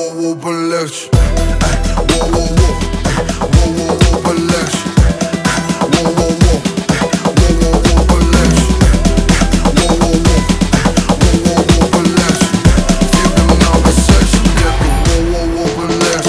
воу-воу-воу, полегче. Воу-воу-воу, воу-воу-воу, полегче. Воу-воу-воу, воу-воу-воу, полегче. Воу-воу-воу, воу-воу-воу, полегче. В тебе много секса, детка, воу-воу-воу, полегче.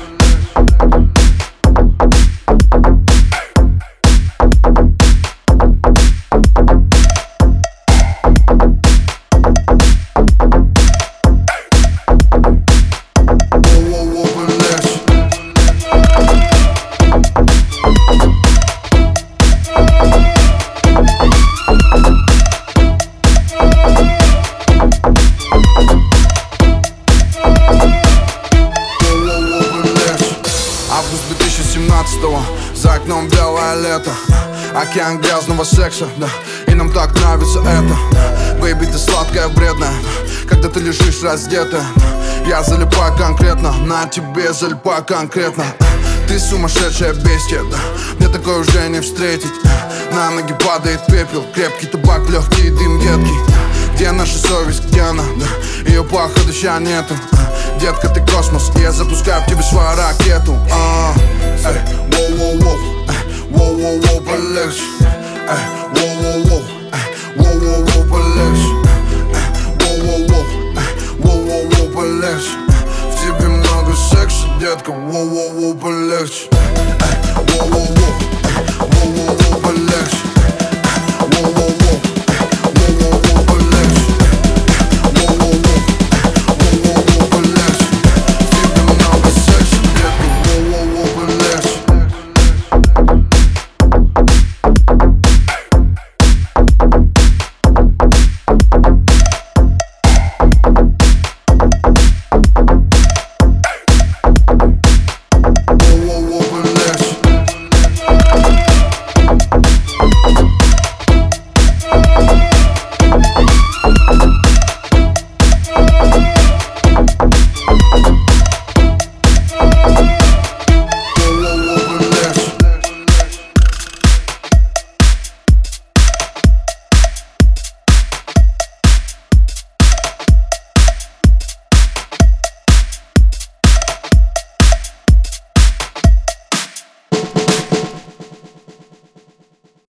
Август 2017-го, за окном белое лето. Океан грязного секса, да, и нам так нравится это. Бэйби, ты сладкая, вредная, когда ты лежишь раздетая. Я залипаю конкретно, на тебе залипаю конкретно. Ты сумасшедшая бестия, да, мне такое уже не встретить. На ноги падает пепел, крепкий табак, легкий дым едкий. Где наша совесть, где она, да, ее походу ща нету. Детка, ты космос, и я запускаю в тебе свою ракету. Воу-воу-воу, воу-воу-воу, полегче. Воу-воу-воу, воу-воу-воу, полегче. Воу-воу-воу, воу-воу-воу, полегче. В тебе много секса, детка, воу-воу-воу, полегче. Воу-воу-воу, воу-воу-воу.